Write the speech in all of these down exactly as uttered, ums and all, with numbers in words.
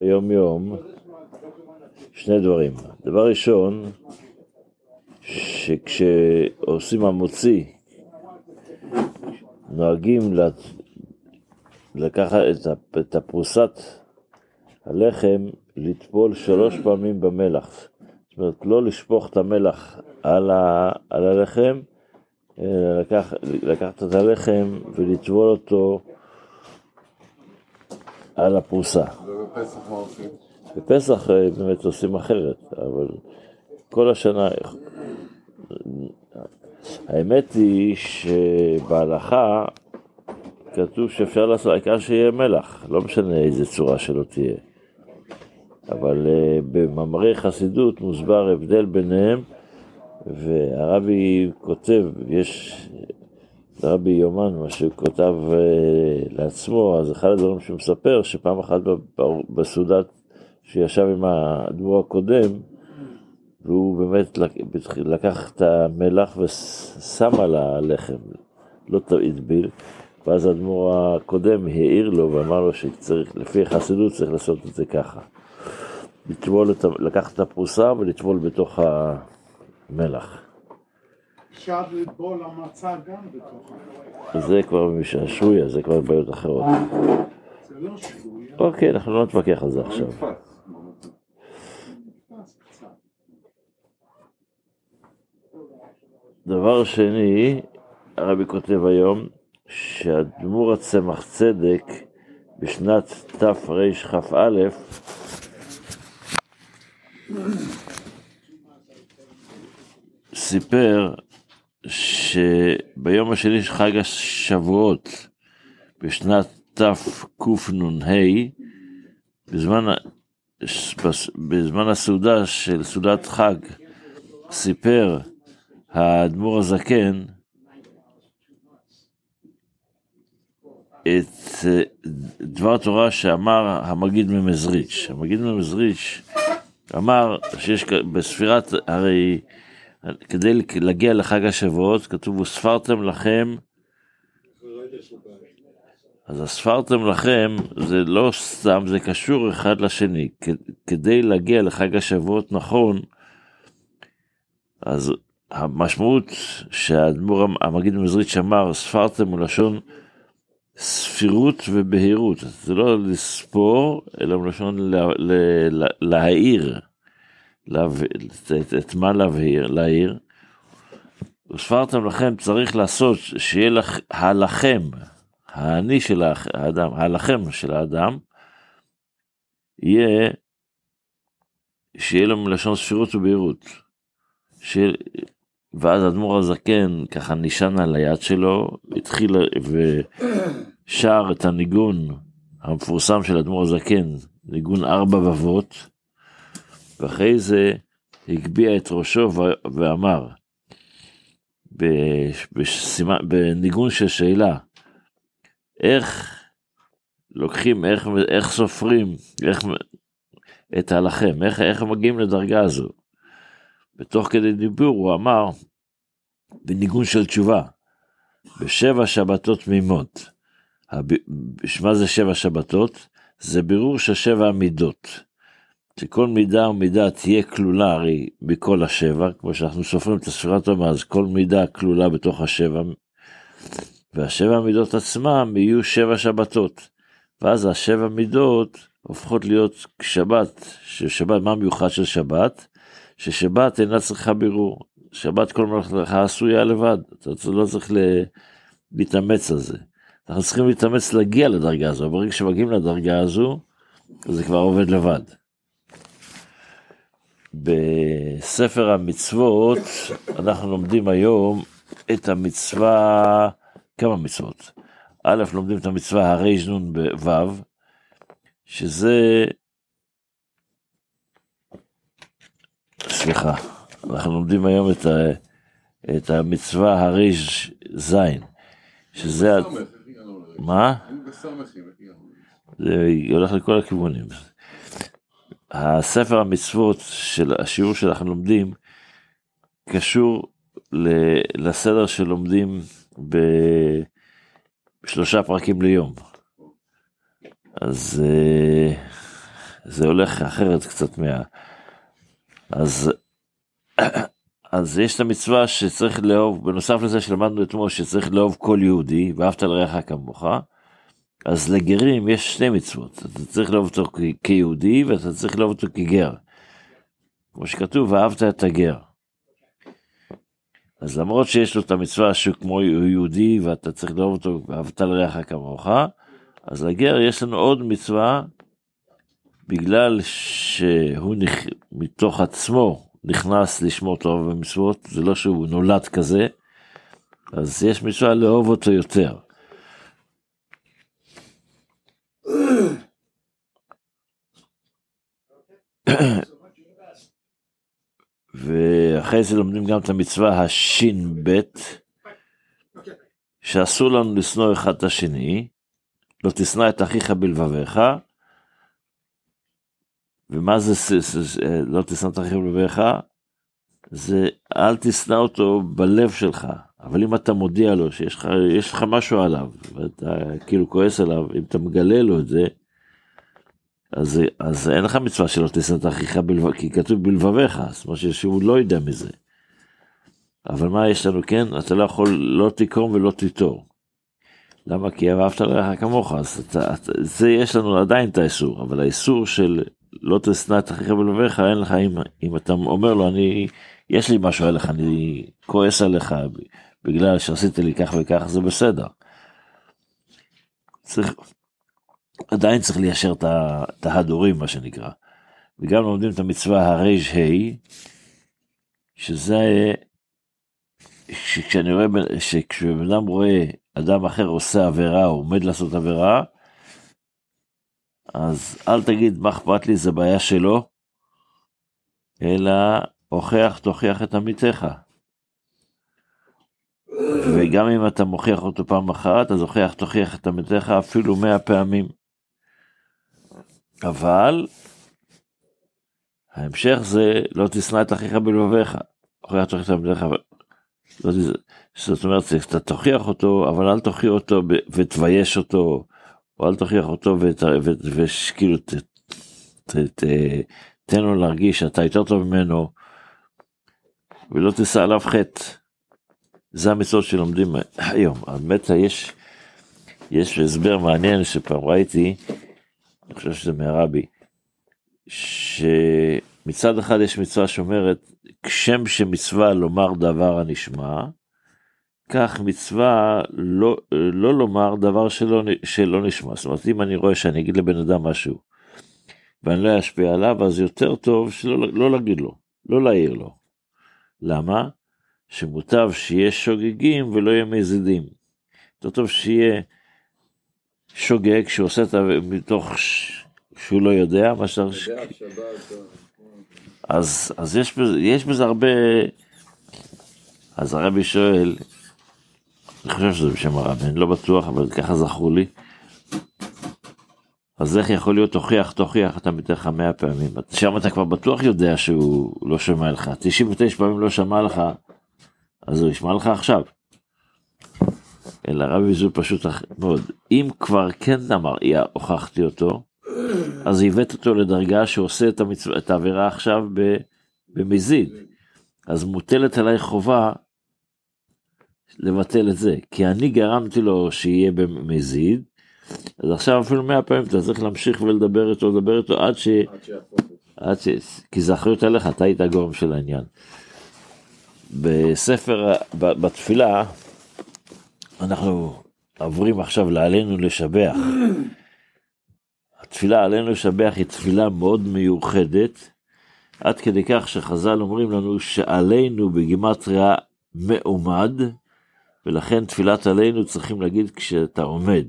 יום יום שני דברים. דבר ראשון, שכשעושים המוציא, נוהגים לקחת את הפרוסת הלחם, לטבול שלוש פעמים במלח. זאת אומרת, לא לשפוך את המלח על, ה, על הלחם, לקח, לקחת את הלחם ולטבול אותו על הפרוסה. ובפסח מה עושים? בפסח באמת עושים אחרת, אבל כל השנה, האמת היא שבהלכה כתוב שאפשר לעשות, העיקר שיהיה מלח, לא משנה איזה צורה שלא תהיה. אבל uh, במאמרי חסידות מוסבר הבדל ביניהם, והרבי כותב, יש הרבי יומן, מה שהוא כותב uh, לעצמו, אז אחד הדברים שהוא מספר, שפעם אחת בסעודת שישב עם האדמו"ר הקודם, והוא באמת לקח את המלח ושם על הלחם, לא הטביל, ואז האדמו"ר הקודם העיר לו ואמר לו שצריך, לפי החסידות צריך לעשות את זה ככה. לטבול, לקחת את הפרוסה ולטבול בתוך המלח. אפשר לטבול המצה גם בתוך המלח. זה כבר משעשויה, זה כבר בעיות אחרות. זה לא שבויה. אוקיי, אנחנו לא נתווכח על זה עכשיו. דבר שני, הרבי כותב היום, שהאדמו"ר הצמח צדק בשנת תרכ"א סיפר שביום השני של חג השבועות בשנת תקנ"ה, בזמן, בזמן הסעודה של סעודת חג, סיפר האדמו"ר הזקן את דבר תורה שאמר המגיד ממזריץ'. המגיד ממזריץ' אמר שיש בספירת, הרי כדי להגיע לחג השבועות, כתוב, וספרתם לכם, אז הספרתם לכם, זה לא סתם, זה קשור אחד לשני. כדי להגיע לחג השבועות נכון, אז המשמעות שהאדמו"ר המגיד ממזריץ' אמר, ספרתם הוא לשון ספירות ובהירות, זה לא לספור, אלא מלשון להעיר, את מה להבהיר, להעיר. וספרתם לכם, צריך לעשות שיהיה לך, הלחם, העני של האדם, הלחם של האדם, יהיה, שיהיה לו מלשון ספירות ובהירות. ואז האדמו"ר הזקן ככה נשען על היד שלו, התחיל ושר את הניגון המפורסם של האדמו"ר הזקן, ניגון ארבע בבות, ואחרי זה הגביע את ראשו ואמר, בסימן, בניגון של שאלה, איך לוקחים, איך, איך סופרים, איך, את הלחם, איך, איך מגיעים לדרגה הזו. בתוך כדי דיבור הוא אמר, בניגון של תשובה, בשבע שבתות תמימות. מה זה שבע שבתות? זה בירור של שבע המידות. שכל מידה ומידה תהיה כלולה הרי בכל השבע, כמו שאנחנו סופרים את הספירת עומר, אז כל מידה כלולה בתוך השבע, והשבע המידות עצמם יהיו שבע שבתות. ואז השבע מידות הופכות להיות שבת, ששבת, מה מיוחד של שבת? ששבת אינה צריכה בירור, שבת כל מלאכה עשויה לבד, אתה לא צריך להתאמץ על זה, אנחנו צריכים להתאמץ להגיע לדרגה הזו, ברגע שמגיעים לדרגה הזו, זה כבר עובד לבד. בספר המצוות, אנחנו לומדים היום את המצווה, כמה מצוות, א' לומדים את המצווה הרי נון בו', שזה, סליחה, אנחנו לומדים היום את, ה, את המצווה הריש זין, שזה, מה? זה הולך לכל הכיוונים. הספר המצוות של השיעור שאנחנו לומדים, קשור לסדר שלומדים בשלושה פרקים ליום. אז זה הולך אחרת קצת מה... אז, אז יש את המצווה שצריך לאהוב, בנוסף לזה שלמדנו אתמול, שצריך לאהוב כל יהודי, ואהבת לרעך כמוך, אז לגרים יש שני מצוות, אתה צריך לאהוב אותו כיהודי, ואתה צריך לאהוב אותו כגר. כמו שכתוב, ואהבת את הגר. אז למרות שיש לו את המצווה שהוא כמו יהודי, ואתה צריך לאהוב אותו, ואהבת לרעך כמוך, אז לגר יש לנו עוד מצווה, בגלל שהוא נכ... מתוך עצמו נכנס לשמור תורה ומצוות, זה לא שהוא נולד כזה, אז יש מצווה לאהוב אותו יותר. ואחרי זה לומדים גם את המצווה השין בית, שאסור לנו לשנוא אחד את השני, לא תשנא את אחיך בלבביך, ומה זה לא תשנא את אחיך בלבביך? זה אל תשנא אותו בלב שלך, אבל אם אתה מודיע לו שיש לך, יש לך משהו עליו, ואתה כאילו כועס עליו, אם אתה מגלה לו את זה, אז, אז אין לך מצווה שלא תשנא את אחיך בלבביך, כי כתוב בלבביך, זאת אומרת שהוא לא ידע מזה. אבל מה יש לנו כן? אתה לא יכול, לא תקרום ולא תיטור. למה? כי אהבת לרעך כמוך, אז אתה, אתה, זה יש לנו עדיין את האיסור, אבל האיסור של לא תשנא את אחיך בלבביך, אין לך, אם, אם אתה אומר לו, אני, יש לי משהו עליך, אני כועס עליך, בגלל שעשית לי כך וכך, זה בסדר. צריך, עדיין צריך ליישר את ההדורים, מה שנקרא. וגם לומדים את המצווה הרייש ה' שזה, שכשאני רואה, שכשאדם רואה אדם אחר עושה עבירה, או עומד לעשות עבירה, אז אל תגיד מה אכפת לי, זה בעיה שלו, אלא הוכיח, תוכיח את עמיתך. וגם אם אתה מוכיח אותו פעם אחת, אז הוכיח, תוכיח את עמיתך אפילו מאה פעמים. אבל ההמשך זה לא תשנא את אחיך בלבביך, הוכיח, תוכיח את עמיתך. לא, זאת אומרת, אתה תוכיח אותו, אבל אל תוכיח אותו ותבייש אותו, או אל תוכיח אותו וכאילו תן לו להרגיש שאתה יותר טוב ממנו, ולא תישא עליו חטא. זה המצוות שלומדים היום. האמת, יש, יש הסבר מעניין שפעם ראיתי, אני חושב שזה מהרבי, שמצד אחד יש מצווה שאומרת, כשם שמצווה לומר דבר הנשמע, כך מצווה לא, לא לומר דבר שלא, שלא נשמע. זאת אומרת, אם אני רואה שאני אגיד לבן אדם משהו, ואני לא אשפיע עליו, אז יותר טוב שלא לא להגיד לו, לא להעיר לו. למה? שמוטב שיהיה שוגגים ולא יהיה מזידים. יותר טוב שיהיה שוגג שעושה את מתוך ש... שהוא לא יודע מה שאתה... אז, אז יש, בזה, יש בזה הרבה... אז הרבי שואל, אני חושב שזה בשם הרבי, אני לא בטוח, אבל ככה זכרו לי. אז איך יכול להיות תוכיח, תוכיח, אתה מתך מאה פעמים. שם אתה כבר בטוח יודע שהוא לא שמע לך. תשעים ותשע פעמים לא שמע לך, אז הוא ישמע לך עכשיו. אלא רבי זו פשוט מאוד. אם כבר כן אמר, הוכחתי אותו, אז הבאת אותו לדרגה שעושה את, המצו... את העבירה עכשיו במזיד. אז מוטלת עליי חובה לבטל את זה. כי אני גרמתי לו שיהיה במזיד, אז עכשיו אפילו מאה פעמים אתה צריך להמשיך ולדבר איתו, לדבר איתו עד ש... עד ש... כי זה אחריות עליך, אתה היית הגורם של העניין. בספר, בתפילה, אנחנו עוברים עכשיו לעלינו לשבח. התפילה עלינו לשבח היא תפילה מאוד מיוחדת, עד כדי כך שחז"ל אומרים לנו שעלינו בגימטריה מעומד, ולכן תפילת עלינו צריכים להגיד כשאתה עומד.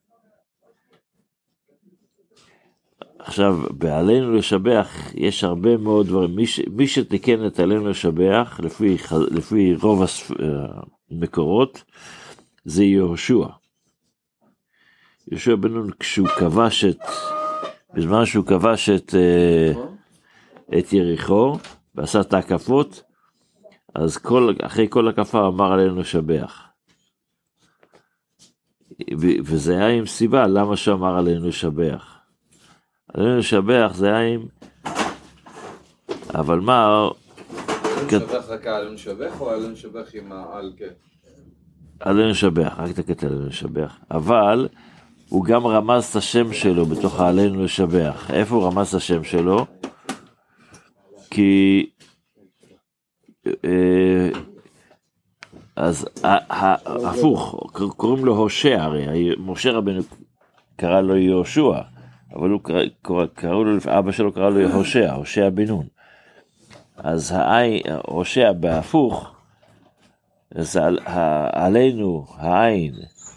עכשיו, בעלינו לשבח יש הרבה מאוד דברים. מי, ש, מי שתיקן את עלינו לשבח, לפי, לפי רוב המקורות, זה יהושע. יהושע בן נון, כשהוא כבש את, בזמן שהוא כבש את, את יריחו, ועשה את ההקפות, אז כל, אחרי כל הקפה אמר עלינו לשבח. וזה היה עם סיבה, למה שאמר עלינו לשבח. עלינו לשבח זה עם, אבל מה... עלינו לשבח רק עלינו לשבח או עלינו לשבח עם העל כן? עלינו לשבח, רק את הקטע עלינו לשבח. אבל הוא גם רמז את השם שלו בתוך עלינו לשבח. איפה הוא רמז את השם שלו? כי... אז הפוך, קוראים לו הושע, הרי משה רבנו קרא לו יהושע, אבל הוא קראו לו, אבא שלו קרא לו הושע, הושע בן נון. אז הושע בהפוך, אז עלינו, העין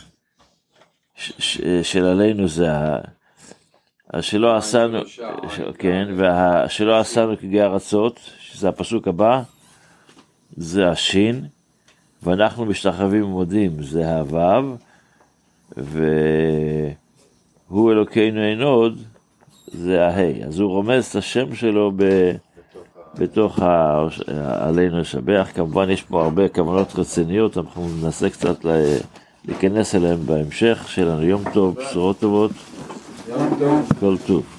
של עלינו זה שלא עשינו, כן, ושלא עשינו כגי ארצות, שזה הפסוק הבא, זה השין, ואנחנו משתחווים ומודים, זה הוו, והוא אלוקינו אין עוד, זה ההי. אז הוא רומז את השם שלו ב, בתוך ה, עלינו לשבח. כמובן יש פה הרבה כוונות רציניות, אנחנו ננסה קצת להיכנס אליהם בהמשך. שלנו יום טוב, בשורות טובות, יום טוב. כל טוב.